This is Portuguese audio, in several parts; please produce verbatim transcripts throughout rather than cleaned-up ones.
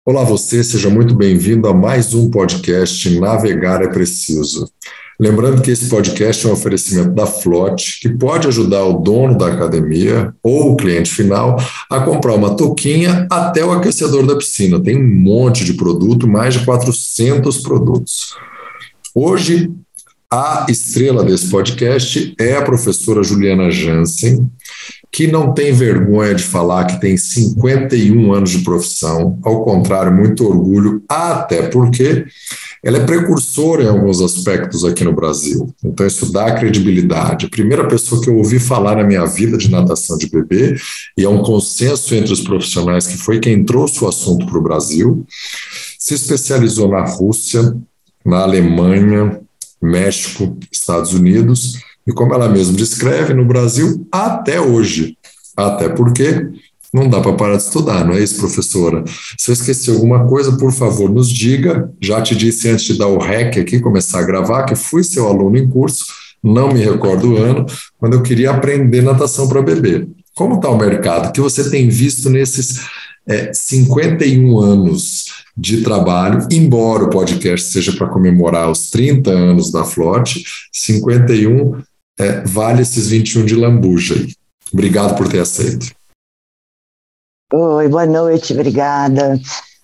Olá você, seja muito bem-vindo a mais um podcast Navegar é Preciso. Lembrando que esse podcast é um oferecimento da Flote, que pode ajudar o dono da academia ou o cliente final a comprar uma touquinha até o aquecedor da piscina. Tem um monte de produto, mais de quatrocentos produtos. Hoje, a estrela desse podcast é a professora Juliana Jansen, que não tem vergonha de falar que tem cinquenta e um anos de profissão, ao contrário, muito orgulho, até porque ela é precursora em alguns aspectos aqui no Brasil, então isso dá credibilidade. A primeira pessoa que eu ouvi falar na minha vida de natação de bebê, e é um consenso entre os profissionais que foi quem trouxe o assunto para o Brasil, se especializou na Rússia, na Alemanha, México, Estados Unidos, e como ela mesma descreve, no Brasil até hoje. Até porque não dá para parar de estudar, não é isso, professora? Se eu esqueci alguma coisa, por favor, nos diga. Já te disse antes de dar o rec aqui, começar a gravar, que fui seu aluno em curso, não me recordo o ano, quando eu queria aprender natação para bebê. Como está o mercado? O que você tem visto nesses é, cinquenta e um anos de trabalho, embora o podcast seja para comemorar os trinta anos da Flote, cinquenta e um é, vale esses vinte e um de lambuja aí. Obrigado por ter aceito. Oi, boa noite, obrigada.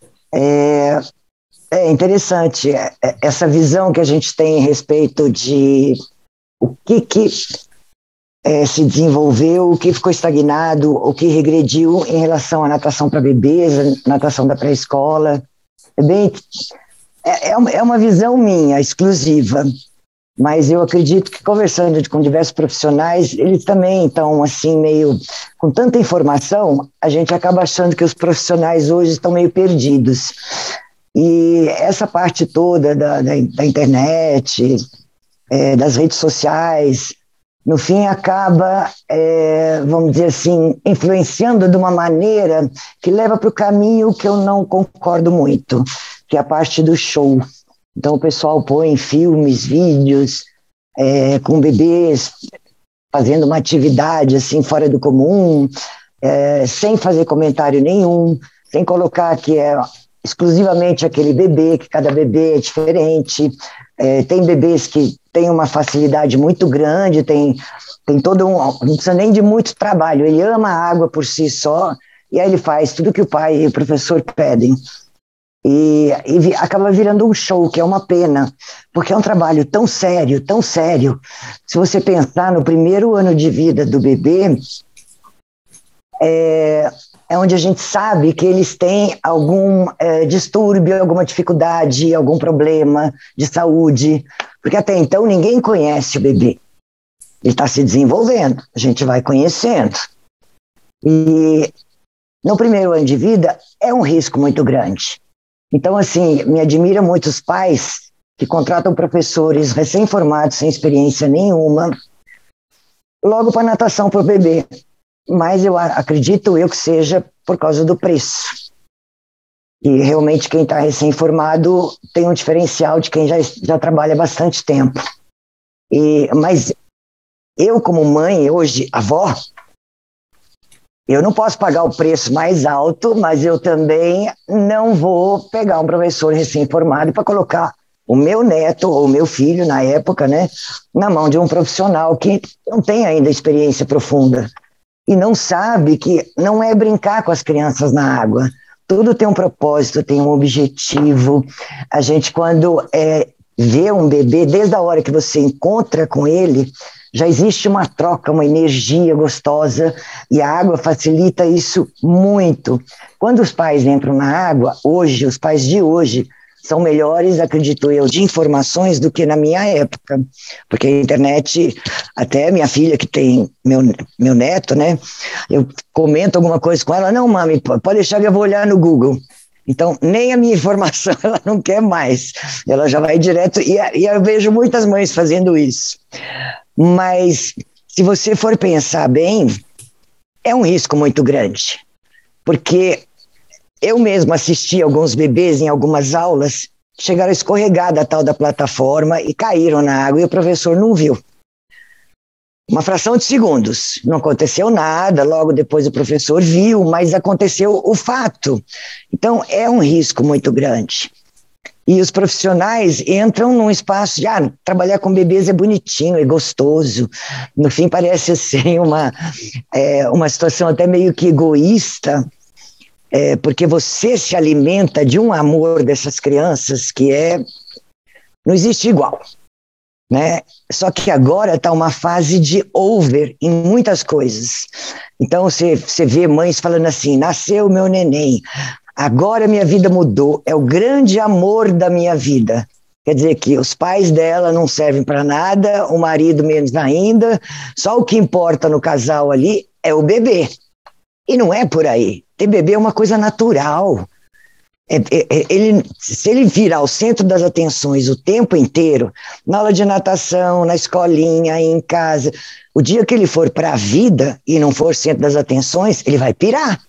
É, é interessante essa visão que a gente tem a respeito de o que, que é, se desenvolveu, o que ficou estagnado, o que regrediu em relação à natação para bebês, a natação da pré-escola. É, bem, é, é uma visão minha, exclusiva. Mas eu acredito que conversando com diversos profissionais, eles também estão assim meio, com tanta informação, a gente acaba achando que os profissionais hoje estão meio perdidos. E essa parte toda da, da, da internet, é, das redes sociais, no fim acaba, é, vamos dizer assim, influenciando de uma maneira que leva para o caminho que eu não concordo muito, que é a parte do show. Então o pessoal põe filmes, vídeos, é, com bebês fazendo uma atividade assim fora do comum, é, sem fazer comentário nenhum, sem colocar que é exclusivamente aquele bebê, que cada bebê é diferente. É, tem bebês que têm uma facilidade muito grande, tem, tem todo um, não precisa nem de muito trabalho, ele ama a água por si só, e aí ele faz tudo que o pai e o professor pedem. E, e acaba virando um show, que é uma pena, porque é um trabalho tão sério, tão sério. Se você pensar no primeiro ano de vida do bebê, é, é onde a gente sabe que eles têm algum é, distúrbio, alguma dificuldade, algum problema de saúde, porque até então ninguém conhece o bebê. Ele está se desenvolvendo, a gente vai conhecendo. E no primeiro ano de vida é um risco muito grande. Então, assim, me admira muito os pais que contratam professores recém-formados, sem experiência nenhuma, logo para natação para o bebê. Mas eu acredito eu que seja por causa do preço. E realmente quem está recém-formado tem um diferencial de quem já, já trabalha há bastante tempo. E, mas eu, como mãe, hoje, avó, eu não posso pagar o preço mais alto, mas eu também não vou pegar um professor recém-formado para colocar o meu neto ou o meu filho, na época, né, na mão de um profissional que não tem ainda experiência profunda e não sabe que não é brincar com as crianças na água. Tudo tem um propósito, tem um objetivo. A gente, quando é, vê um bebê, desde a hora que você encontra com ele, já existe uma troca, uma energia gostosa, e a água facilita isso muito. Quando os pais entram na água, hoje, os pais de hoje, são melhores, acredito eu, de informações do que na minha época, porque a internet, até minha filha que tem meu, meu neto, né, eu comento alguma coisa com ela, não, mami, pode deixar que eu vou olhar no Google. Então, nem a minha informação ela não quer mais, ela já vai direto, e, e eu vejo muitas mães fazendo isso. Mas, se você for pensar bem, é um risco muito grande, porque eu mesmo assisti alguns bebês em algumas aulas, chegaram a escorregar da tal da plataforma e caíram na água e o professor não viu. Uma fração de segundos. Não aconteceu nada, logo depois o professor viu, mas aconteceu o fato. Então, é um risco muito grande. E os profissionais entram num espaço de, ah, trabalhar com bebês é bonitinho, é gostoso. No fim, parece assim uma, é, uma situação até meio que egoísta, é, porque você se alimenta de um amor dessas crianças que é, não existe igual. Né? Só que agora está uma fase de over em muitas coisas. Então você, você vê mães falando assim, nasceu meu neném, agora minha vida mudou, é o grande amor da minha vida. Quer dizer que os pais dela não servem para nada, o marido menos ainda, só o que importa no casal ali é o bebê. E não é por aí. Ter bebê é uma coisa natural. É, é, ele, se ele virar o centro das atenções o tempo inteiro, na aula de natação, na escolinha, em casa, o dia que ele for para a vida e não for centro das atenções, ele vai pirar.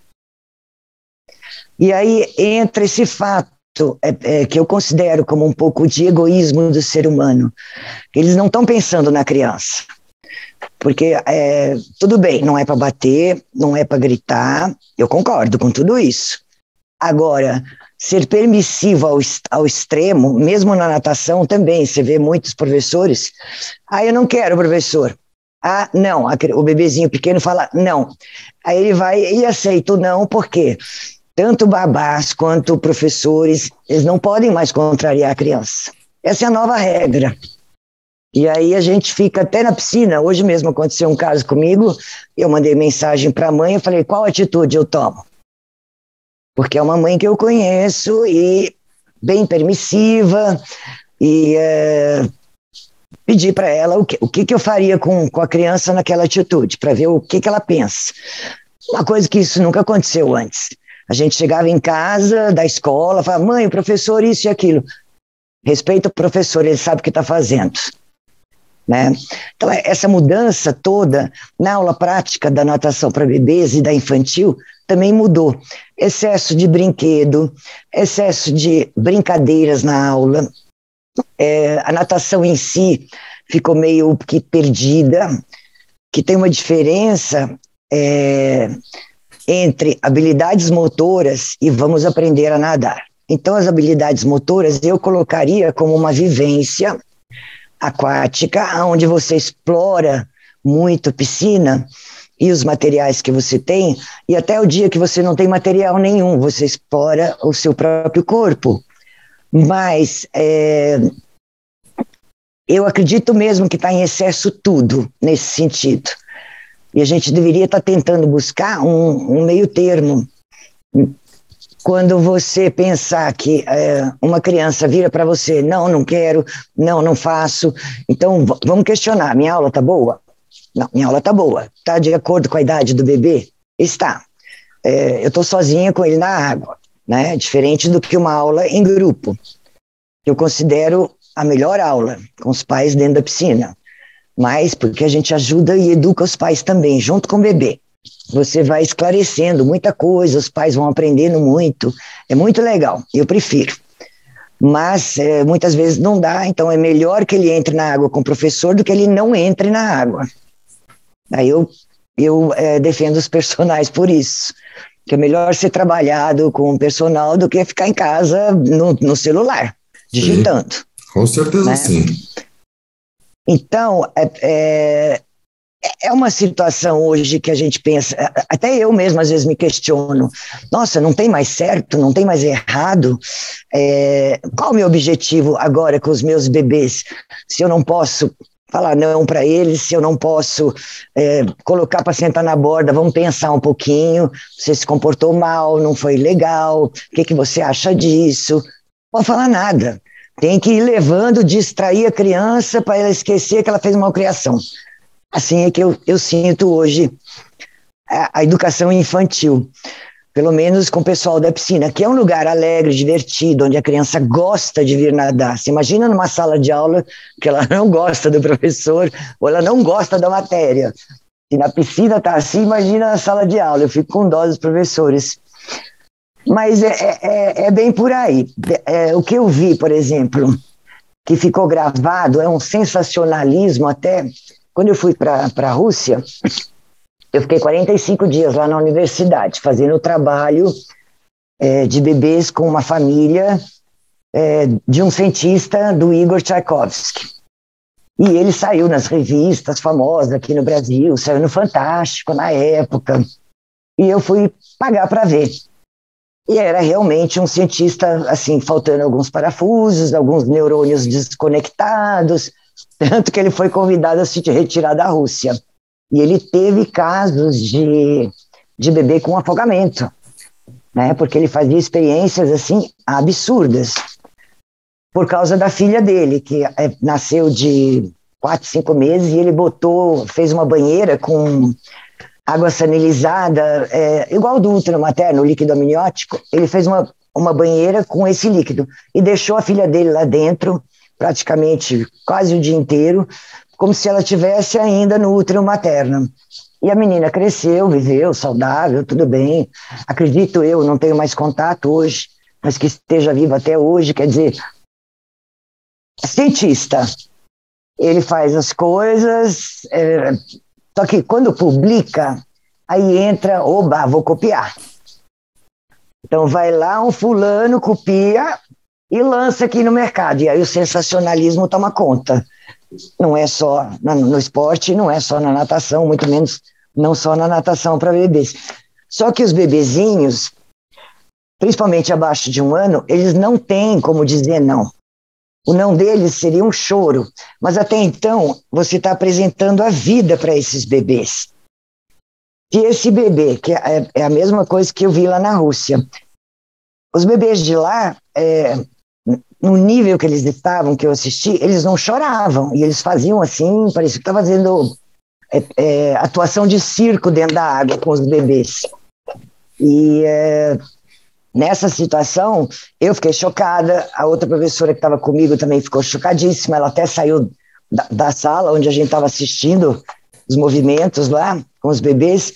E aí entra esse fato é, é, que eu considero como um pouco de egoísmo do ser humano. Eles não estão pensando na criança. Porque é, tudo bem, não é para bater, não é para gritar, eu concordo com tudo isso. Agora, ser permissivo ao, ao extremo, mesmo na natação também, você vê muitos professores, ah, eu não quero, professor. Ah, não, o bebezinho pequeno fala não. Aí ele vai e aceita o não, por quê? Tanto babás quanto professores, eles não podem mais contrariar a criança. Essa é a nova regra. E aí a gente fica até na piscina. Hoje mesmo aconteceu um caso comigo, eu mandei mensagem para a mãe, eu falei, qual atitude eu tomo? Porque é uma mãe que eu conheço e bem permissiva, e é, pedi para ela o, que, o que, que eu faria com, com a criança naquela atitude, para ver o que, que ela pensa. Uma coisa que isso nunca aconteceu antes. A gente chegava em casa, da escola, falava, mãe, o professor isso e aquilo. Respeita o professor, ele sabe o que está fazendo. Né? Então, essa mudança toda na aula prática da natação para bebês e da infantil também mudou. Excesso de brinquedo, excesso de brincadeiras na aula, é, a natação em si ficou meio que perdida, que tem uma diferença é, entre habilidades motoras e vamos aprender a nadar. Então, as habilidades motoras eu colocaria como uma vivência aquática, onde você explora muito piscina e os materiais que você tem, e até o dia que você não tem material nenhum, você explora o seu próprio corpo. Mas é, eu acredito mesmo que está em excesso tudo nesse sentido. E a gente deveria estar tá tentando buscar um, um meio termo. Quando você pensar que é, uma criança vira para você, não, não quero, não, não faço, então vamos questionar, minha aula está boa? Não, minha aula está boa. Está de acordo com a idade do bebê? Está. É, eu estou sozinha com ele na água, né? Diferente do que uma aula em grupo. Eu considero a melhor aula com os pais dentro da piscina, mas porque a gente ajuda e educa os pais também, junto com o bebê. Você vai esclarecendo muita coisa, os pais vão aprendendo muito, é muito legal, eu prefiro. Mas é, muitas vezes não dá, então é melhor que ele entre na água com o professor do que ele não entre na água. Aí eu, eu é, defendo os personagens por isso, que é melhor ser trabalhado com o personal do que ficar em casa no, no celular, digitando. Sim, com certeza, né? Sim. Então, é, é, é uma situação hoje que a gente pensa, até eu mesmo às vezes me questiono, nossa, não tem mais certo, não tem mais errado, é, qual o meu objetivo agora com os meus bebês, se eu não posso falar não para eles, se eu não posso é, colocar para sentar na borda, vamos pensar um pouquinho, você se comportou mal, não foi legal, o que, que você acha disso? Não pode falar nada, tem que ir levando, distrair a criança para ela esquecer que ela fez malcriação. Assim é que eu, eu sinto hoje a, a educação infantil, pelo menos com o pessoal da piscina, que é um lugar alegre, divertido, onde a criança gosta de vir nadar. Você imagina numa sala de aula que ela não gosta do professor ou ela não gosta da matéria. Se na piscina está assim, imagina na sala de aula. Eu fico com dó dos professores. Mas é, é, é bem por aí. É, o que eu vi, por exemplo, que ficou gravado, é um sensacionalismo até Quando eu fui para a Rússia, eu fiquei quarenta e cinco dias lá na universidade, fazendo o trabalho é, de bebês com uma família é, de um cientista do Igor Tchaikovsky. E ele saiu nas revistas famosas aqui no Brasil, saiu no Fantástico na época, e eu fui pagar para ver. E era realmente um cientista, assim, faltando alguns parafusos, alguns neurônios desconectados, tanto que ele foi convidado a se retirar da Rússia. E ele teve casos de, de bebê com afogamento, né? Porque ele fazia experiências, assim, absurdas. Por causa da filha dele, que é, nasceu de quatro, cinco meses, e ele botou, fez uma banheira com água sanilizada, é, igual do útero materno, o líquido amniótico. Ele fez uma, uma banheira com esse líquido e deixou a filha dele lá dentro, praticamente quase o dia inteiro, como se ela tivesse ainda no útero materno. E a menina cresceu, viveu, saudável, tudo bem. Acredito eu, não tenho mais contato hoje, mas que esteja viva até hoje, quer dizer, cientista. Ele faz as coisas, é, só que quando publica, aí entra, oba, vou copiar. Então vai lá um fulano, copia e lança aqui no mercado. E aí o sensacionalismo toma conta. Não é só no esporte, não é só na natação, muito menos não só na natação para bebês. Só que os bebezinhos, principalmente abaixo de um ano, eles não têm como dizer não. O não deles seria um choro, mas até então você está apresentando a vida para esses bebês. E esse bebê, que é, é a mesma coisa que eu vi lá na Rússia, os bebês de lá, é, no nível que eles estavam, que eu assisti, eles não choravam, e eles faziam assim, parecia que estava fazendo é, é, atuação de circo dentro da água com os bebês. E é, nessa situação, eu fiquei chocada, a outra professora que estava comigo também ficou chocadíssima, ela até saiu da, da sala onde a gente estava assistindo os movimentos lá com os bebês.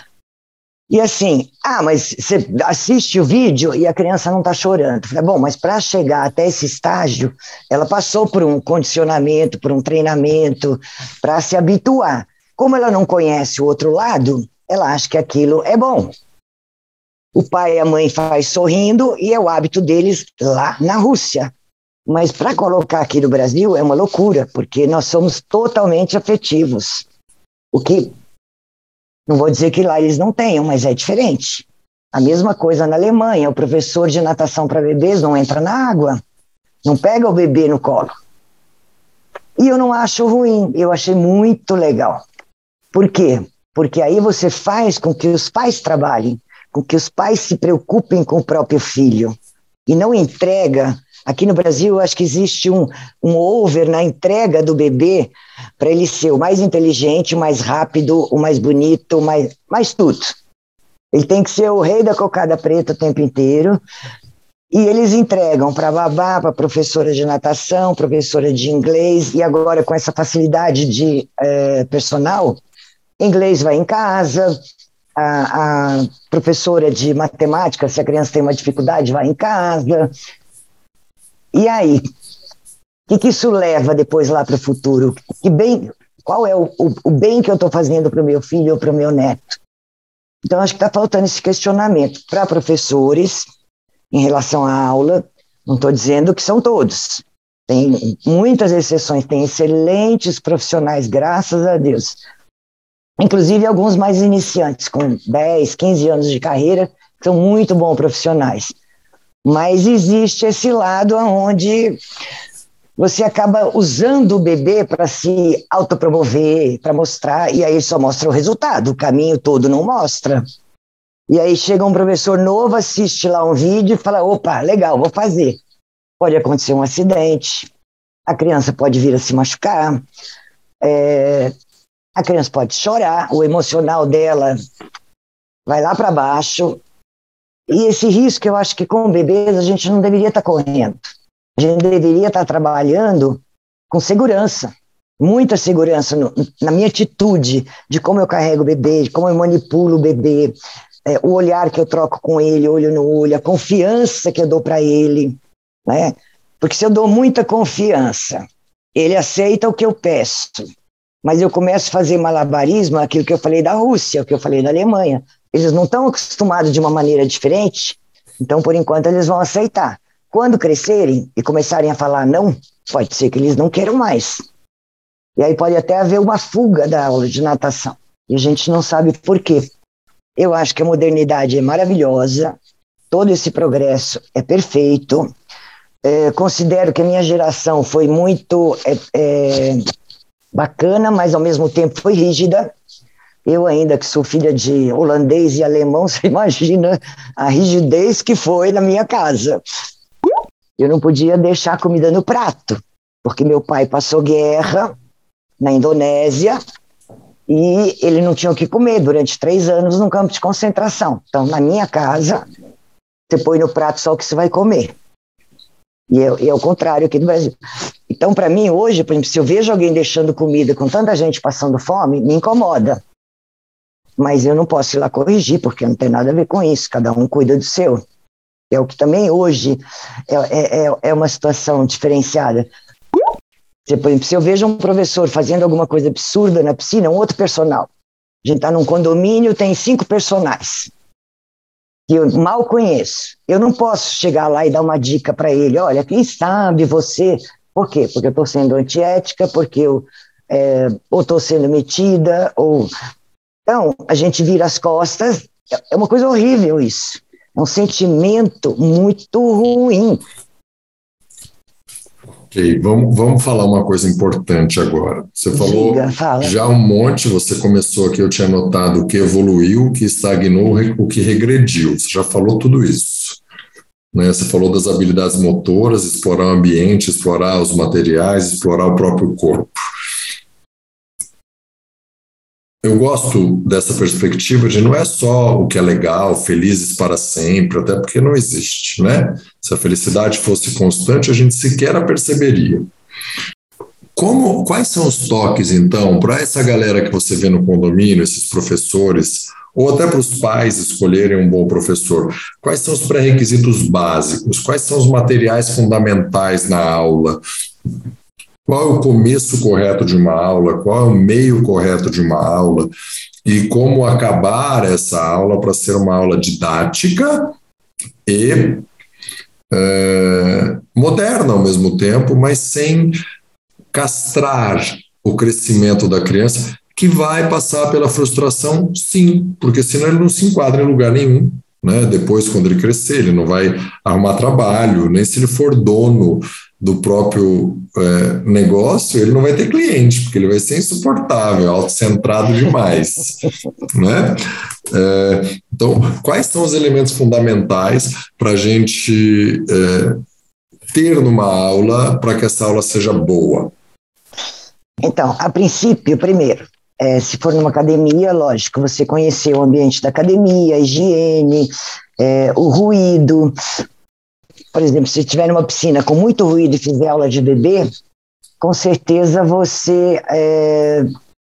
E assim, ah, mas você assiste o vídeo e a criança não está chorando. Eu falei, bom, mas para chegar até esse estágio, ela passou por um condicionamento, por um treinamento, para se habituar. Como ela não conhece o outro lado, ela acha que aquilo é bom. O pai e a mãe faz sorrindo e é o hábito deles lá na Rússia. Mas para colocar aqui no Brasil é uma loucura, porque nós somos totalmente afetivos. O que, não vou dizer que lá eles não tenham, mas é diferente. A mesma coisa na Alemanha, o professor de natação para bebês não entra na água, não pega o bebê no colo. E eu não acho ruim, eu achei muito legal. Por quê? Porque aí você faz com que os pais trabalhem, com que os pais se preocupem com o próprio filho e não entrega. Aqui no Brasil, eu acho que existe um, um over na entrega do bebê para ele ser o mais inteligente, o mais rápido, o mais bonito, o mais, mais tudo. Ele tem que ser o rei da cocada preta o tempo inteiro. E eles entregam para babá, para professora de natação, professora de inglês, e agora com essa facilidade de é, personal, inglês vai em casa. A, a professora de matemática, se a criança tem uma dificuldade, vai em casa. E aí, o que, que isso leva depois lá para o futuro? Que bem, qual é o, o, o bem que eu estou fazendo para o meu filho ou para o meu neto? Então, acho que está faltando esse questionamento para professores em relação à aula. Não estou dizendo que são todos. Tem muitas exceções, tem excelentes profissionais, graças a Deus. Inclusive alguns mais iniciantes, com dez, quinze anos de carreira, que são muito bons profissionais. Mas existe esse lado onde você acaba usando o bebê para se autopromover, para mostrar, e aí só mostra o resultado, o caminho todo não mostra. E aí chega um professor novo, assiste lá um vídeo e fala, opa, legal, vou fazer. Pode acontecer um acidente, a criança pode vir a se machucar, é, a criança pode chorar, o emocional dela vai lá para baixo. E esse risco, eu acho que com bebês a gente não deveria estar correndo. A gente deveria estar trabalhando com segurança, muita segurança no, na minha atitude, de como eu carrego o bebê, de como eu manipulo o bebê, é, o olhar que eu troco com ele, olho no olho, a confiança que eu dou para ele, né? Porque se eu dou muita confiança, ele aceita o que eu peço, mas eu começo a fazer malabarismo, aquilo que eu falei da Rússia, o que eu falei da Alemanha. Eles não estão acostumados de uma maneira diferente, então, por enquanto, eles vão aceitar. Quando crescerem e começarem a falar não, pode ser que eles não queiram mais. E aí pode até haver uma fuga da aula de natação. E a gente não sabe por quê. Eu acho que a modernidade é maravilhosa, todo esse progresso é perfeito. É, considero que a minha geração foi muito é, é, bacana, mas ao mesmo tempo foi rígida. Eu ainda que sou filha de holandês e alemão, você imagina a rigidez que foi na minha casa. Eu não podia deixar comida no prato, porque meu pai passou guerra na Indonésia e ele não tinha o que comer durante três anos num campo de concentração. Então, na minha casa, você põe no prato só o que você vai comer. E é, e é o contrário aqui do Brasil. Então, para mim, hoje, por exemplo, se eu vejo alguém deixando comida com tanta gente passando fome, me incomoda. Mas eu não posso ir lá corrigir, porque não tem nada a ver com isso, cada um cuida do seu. É o que também hoje é, é, é uma situação diferenciada. Se, por exemplo, se eu vejo um professor fazendo alguma coisa absurda na piscina, um outro personal. A gente está num condomínio, tem cinco personagens que eu mal conheço. Eu não posso chegar lá e dar uma dica para ele. Olha, quem sabe você... Por quê? Porque eu estou sendo antiética, porque eu é, ou estou sendo metida, ou... Então, a gente vira as costas. É uma coisa horrível isso. É um sentimento muito ruim. Ok, vamos, vamos falar uma coisa importante agora. Você falou Diga, fala. Já um monte, você começou aqui, eu tinha notado o que evoluiu, o que estagnou, o que regrediu. Você já falou tudo isso. Né? Você falou das habilidades motoras, explorar o ambiente, explorar os materiais, explorar o próprio corpo. Eu gosto dessa perspectiva de não é só o que é legal, felizes para sempre, até porque não existe, né? Se a felicidade fosse constante, a gente sequer a perceberia. Como, quais são os toques, então, para essa galera que você vê no condomínio, esses professores, ou até para os pais escolherem um bom professor? Quais são os pré-requisitos básicos? Quais são os materiais fundamentais na aula? Qual é o começo correto de uma aula? Qual é o meio correto de uma aula? E como acabar essa aula para ser uma aula didática e é, moderna ao mesmo tempo, mas sem castrar o crescimento da criança, que vai passar pela frustração, sim, porque senão ele não se enquadra em lugar nenhum. Né? Depois, quando ele crescer, ele não vai arrumar trabalho, nem se ele for dono do próprio é, negócio, ele não vai ter cliente, porque ele vai ser insuportável, autocentrado demais. Né? É, então, quais são os elementos fundamentais para a gente é, ter numa aula, para que essa aula seja boa? Então, a princípio, primeiro, é, se for numa academia, lógico, você conhecer o ambiente da academia, a higiene, é, o ruído. Por exemplo, se estiver numa piscina com muito ruído e fizer aula de bebê, com certeza você é,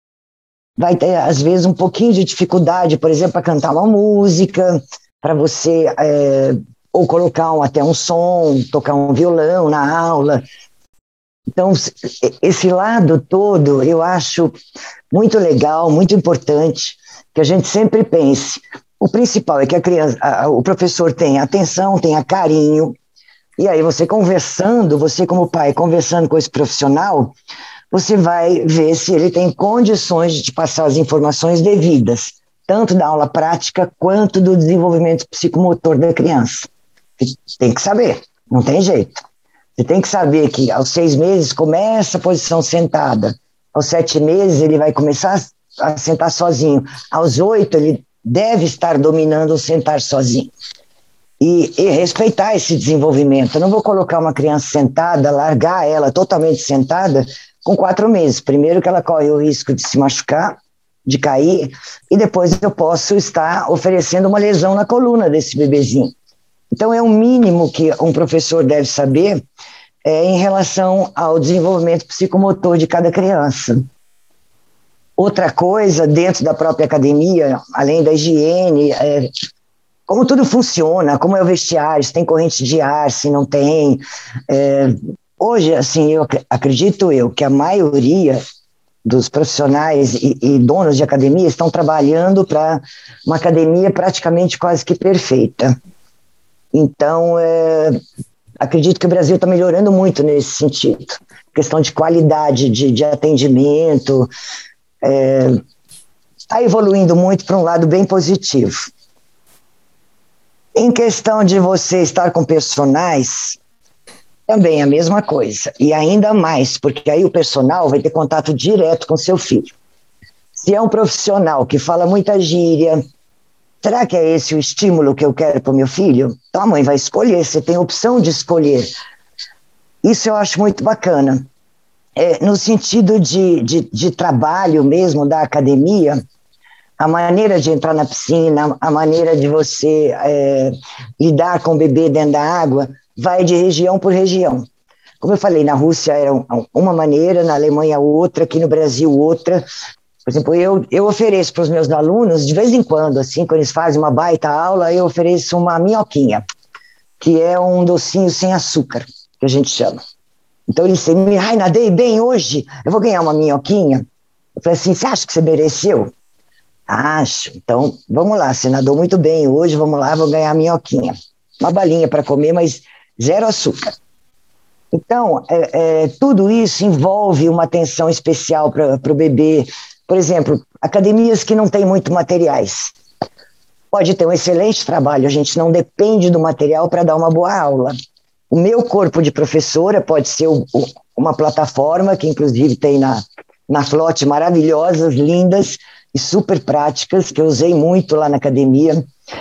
vai ter, às vezes, um pouquinho de dificuldade, por exemplo, para cantar uma música, para você é, ou colocar um, até um som, tocar um violão na aula. Então, esse lado todo eu acho muito legal, muito importante, que a gente sempre pense. O principal é que a criança, a, o professor tenha atenção, tenha carinho, e aí você conversando, você como pai, conversando com esse profissional, você vai ver se ele tem condições de te passar as informações devidas, tanto da aula prática quanto do desenvolvimento psicomotor da criança. Tem que saber, não tem jeito. Você tem que saber que aos seis meses começa a posição sentada, aos sete meses ele vai começar a sentar sozinho, aos oito ele deve estar dominando o sentar sozinho. E, e respeitar esse desenvolvimento. Eu não vou colocar uma criança sentada, largar ela totalmente sentada com quatro meses. Primeiro que ela corre o risco de se machucar, de cair, e depois eu posso estar oferecendo uma lesão na coluna desse bebezinho. Então é o mínimo que um professor deve saber é, em relação ao desenvolvimento psicomotor de cada criança. Outra coisa, dentro da própria academia, além da higiene, é, como tudo funciona, como é o vestiário, se tem corrente de ar, se não tem. É, hoje, assim, eu acredito eu que a maioria dos profissionais e, e donos de academia estão trabalhando para uma academia praticamente quase que perfeita. Então, é, acredito que o Brasil está melhorando muito nesse sentido. Questão de qualidade de, de atendimento, está é, evoluindo muito para um lado bem positivo. Em questão de você estar com personagens, também a mesma coisa, e ainda mais, porque aí o personal vai ter contato direto com seu filho. Se é um profissional que fala muita gíria, será que é esse o estímulo que eu quero para o meu filho? Então a mãe vai escolher, você tem opção de escolher. Isso eu acho muito bacana. É, no sentido de, de, de trabalho mesmo da academia, a maneira de entrar na piscina, a maneira de você é, lidar com o bebê dentro da água, vai de região por região. Como eu falei, na Rússia era uma maneira, na Alemanha outra, aqui no Brasil outra. Por exemplo, eu, eu ofereço para os meus alunos, de vez em quando, assim, quando eles fazem uma baita aula, eu ofereço uma minhoquinha, que é um docinho sem açúcar, que a gente chama. Então eles dizem, ai, nadei bem hoje, eu vou ganhar uma minhoquinha. Eu falei assim, você acha que você mereceu? Acho. Então, vamos lá, você nadou muito bem hoje, vamos lá, vou ganhar a minhoquinha. Uma balinha para comer, mas zero açúcar. Então, é, é, tudo isso envolve uma atenção especial para o bebê. Por exemplo, academias que não têm muito materiais. Pode ter um excelente trabalho, a gente não depende do material para dar uma boa aula. O meu corpo de professora pode ser o, o, uma plataforma, que inclusive tem na, na Flote, maravilhosas, lindas e super práticas, que eu usei muito lá na academia.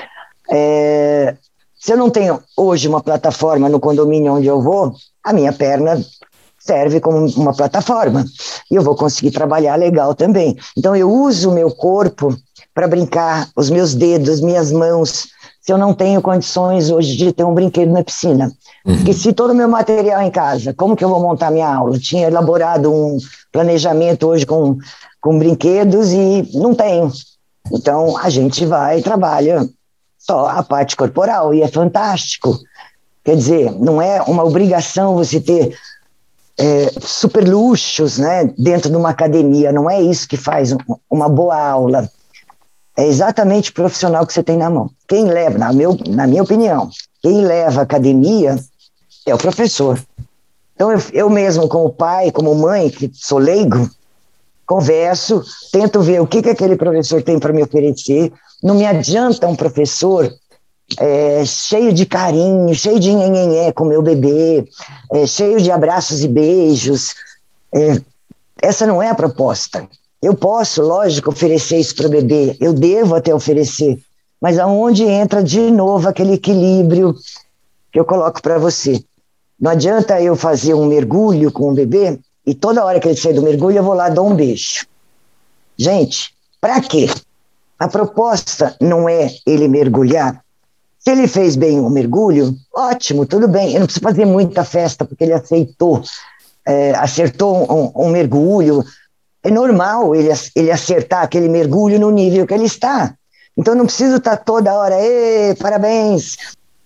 É, se eu não tenho hoje uma plataforma no condomínio onde eu vou, a minha perna serve como uma plataforma e eu vou conseguir trabalhar legal também. Então eu uso o meu corpo para brincar, os meus dedos, minhas mãos, se eu não tenho condições hoje de ter um brinquedo na piscina. Uhum. Porque se todo o meu material em casa, como que eu vou montar minha aula? Tinha elaborado um planejamento hoje com, com brinquedos e não tenho. Então a gente vai e trabalha só a parte corporal e é fantástico. Quer dizer, não é uma obrigação você ter é, super luxos, né, dentro de uma academia, não é isso que faz um, uma boa aula. É exatamente o profissional que você tem na mão. Quem leva, na, meu, na minha opinião, quem leva a academia é o professor. Então eu, eu mesmo, como pai, como mãe, que sou leigo, converso, tento ver o que, que aquele professor tem para me oferecer. Não me adianta um professor é, cheio de carinho, cheio de nhenhenhé com o meu bebê, é, cheio de abraços e beijos. É, essa não é a proposta. Eu posso, lógico, oferecer isso para o bebê, eu devo até oferecer, mas aonde entra de novo aquele equilíbrio que eu coloco para você? Não adianta eu fazer um mergulho com o bebê e toda hora que ele sair do mergulho eu vou lá e dou um beijo. Gente, para quê? A proposta não é ele mergulhar. Se ele fez bem o mergulho, ótimo, tudo bem. Eu não preciso fazer muita festa porque ele aceitou, é, acertou um, um mergulho. É normal ele, ele acertar aquele mergulho no nível que ele está. Então não preciso estar toda hora, ê, parabéns.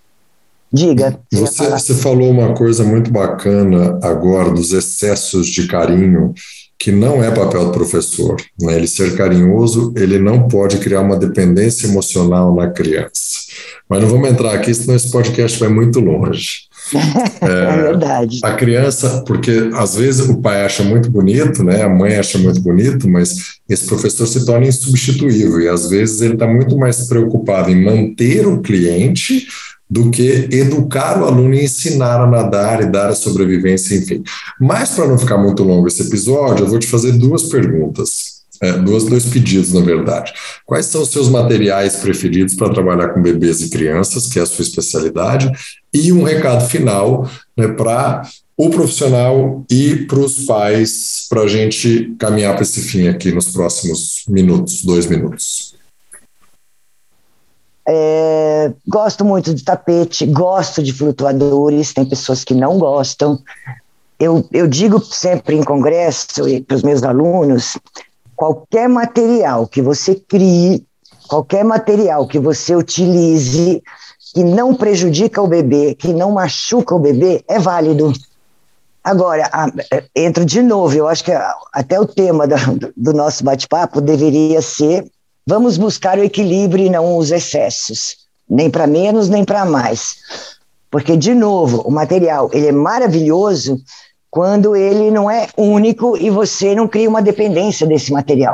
Diga. Você, você falou uma coisa muito bacana agora dos excessos de carinho, que não é papel do professor, né? Ele ser carinhoso, ele não pode criar uma dependência emocional na criança. Mas não vamos entrar aqui, senão esse podcast vai muito longe. É, é verdade. A criança, porque às vezes o pai acha muito bonito, né? A mãe acha muito bonito, mas esse professor se torna insubstituível e às vezes ele está muito mais preocupado em manter o cliente do que educar o aluno e ensinar a nadar e dar a sobrevivência, enfim. Mas para não ficar muito longo esse episódio, eu vou te fazer duas perguntas. É, duas, dois pedidos, na verdade. Quais são os seus materiais preferidos para trabalhar com bebês e crianças, que é a sua especialidade, e um recado final, né, para o profissional e para os pais, para a gente caminhar para esse fim aqui nos próximos minutos, dois minutos. É, gosto muito de tapete, gosto de flutuadores, tem pessoas que não gostam. Eu, eu digo sempre em congresso para os meus alunos, qualquer material que você crie, qualquer material que você utilize, que não prejudica o bebê, que não machuca o bebê, é válido. Agora, a, entro de novo, eu acho que a, até o tema da, do nosso bate-papo deveria ser: vamos buscar o equilíbrio e não os excessos, nem para menos, nem para mais. Porque, de novo, o material ele é maravilhoso quando ele não é único e você não cria uma dependência desse material.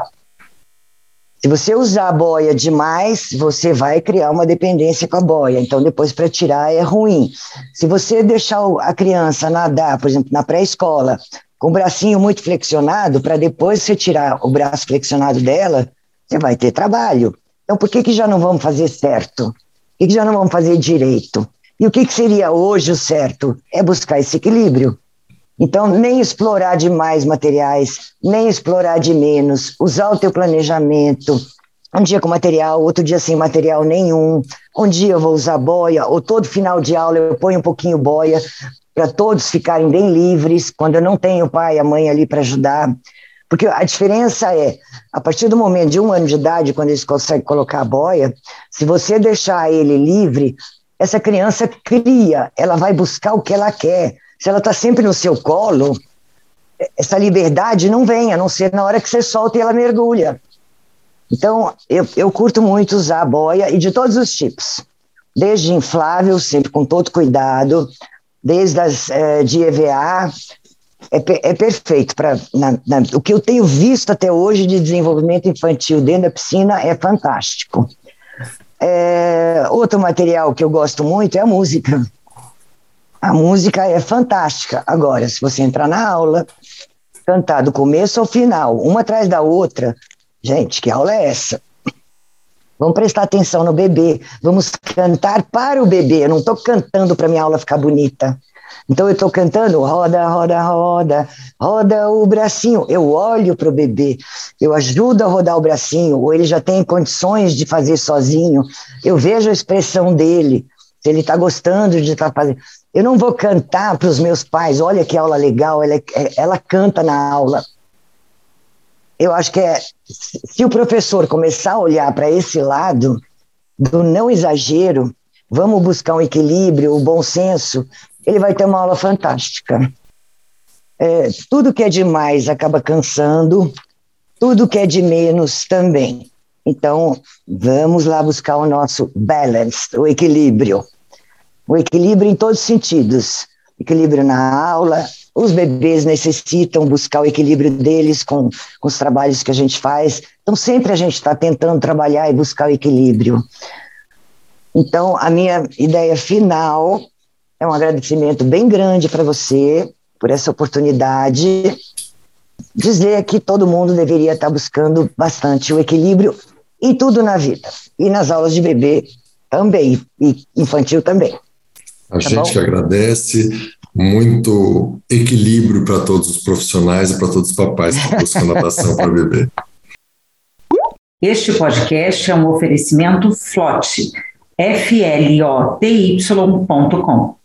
Se você usar a boia demais, você vai criar uma dependência com a boia. Então, depois, para tirar, é ruim. Se você deixar a criança nadar, por exemplo, na pré-escola, com o bracinho muito flexionado, para depois você tirar o braço flexionado dela, você vai ter trabalho. Então, por que, que já não vamos fazer certo? Por que, que já não vamos fazer direito? E o que, que seria hoje o certo? É buscar esse equilíbrio. Então, nem explorar demais materiais, nem explorar de menos, usar o teu planejamento, um dia com material, outro dia sem material nenhum, um dia eu vou usar boia, ou todo final de aula eu ponho um pouquinho boia, para todos ficarem bem livres, quando eu não tenho o pai e a mãe ali para ajudar, porque a diferença é, a partir do momento de um ano de idade, quando eles conseguem colocar a boia, se você deixar ele livre, essa criança cria, ela vai buscar o que ela quer. Se ela está sempre no seu colo, essa liberdade não vem, a não ser na hora que você solta e ela mergulha. Então, eu, eu curto muito usar a boia, e de todos os tipos. Desde inflável, sempre com todo cuidado, desde as é, de E V A, é, é perfeito. Pra, na, na, o que eu tenho visto até hoje de desenvolvimento infantil dentro da piscina é fantástico. É, outro material que eu gosto muito é a música. A música é fantástica. Agora, se você entrar na aula, cantar do começo ao final, uma atrás da outra, gente, que aula é essa? Vamos prestar atenção no bebê, vamos cantar para o bebê. Eu não estou cantando para minha aula ficar bonita. Então eu estou cantando roda, roda, roda, roda o bracinho. Eu olho para o bebê, eu ajudo a rodar o bracinho, ou ele já tem condições de fazer sozinho. Eu vejo a expressão dele, se ele está gostando de estar tá fazendo. Eu não vou cantar para os meus pais, olha que aula legal, ela, ela canta na aula. Eu acho que é, se o professor começar a olhar para esse lado do não exagero, vamos buscar um equilíbrio, o bom senso, ele vai ter uma aula fantástica. É, tudo que é demais acaba cansando, tudo que é de menos também. Então, vamos lá buscar o nosso balance, o equilíbrio. O equilíbrio em todos os sentidos. Equilíbrio na aula, os bebês necessitam buscar o equilíbrio deles com, com os trabalhos que a gente faz. Então, sempre a gente está tentando trabalhar e buscar o equilíbrio. Então, a minha ideia final é um agradecimento bem grande para você por essa oportunidade. Dizer que todo mundo deveria estar buscando bastante o equilíbrio em tudo na vida. E nas aulas de bebê também, e infantil também. A tá gente que agradece, muito equilíbrio para todos os profissionais e para todos os papais que estão buscando natação para bebê. Este podcast é um oferecimento F L O T F L O T Y ponto com.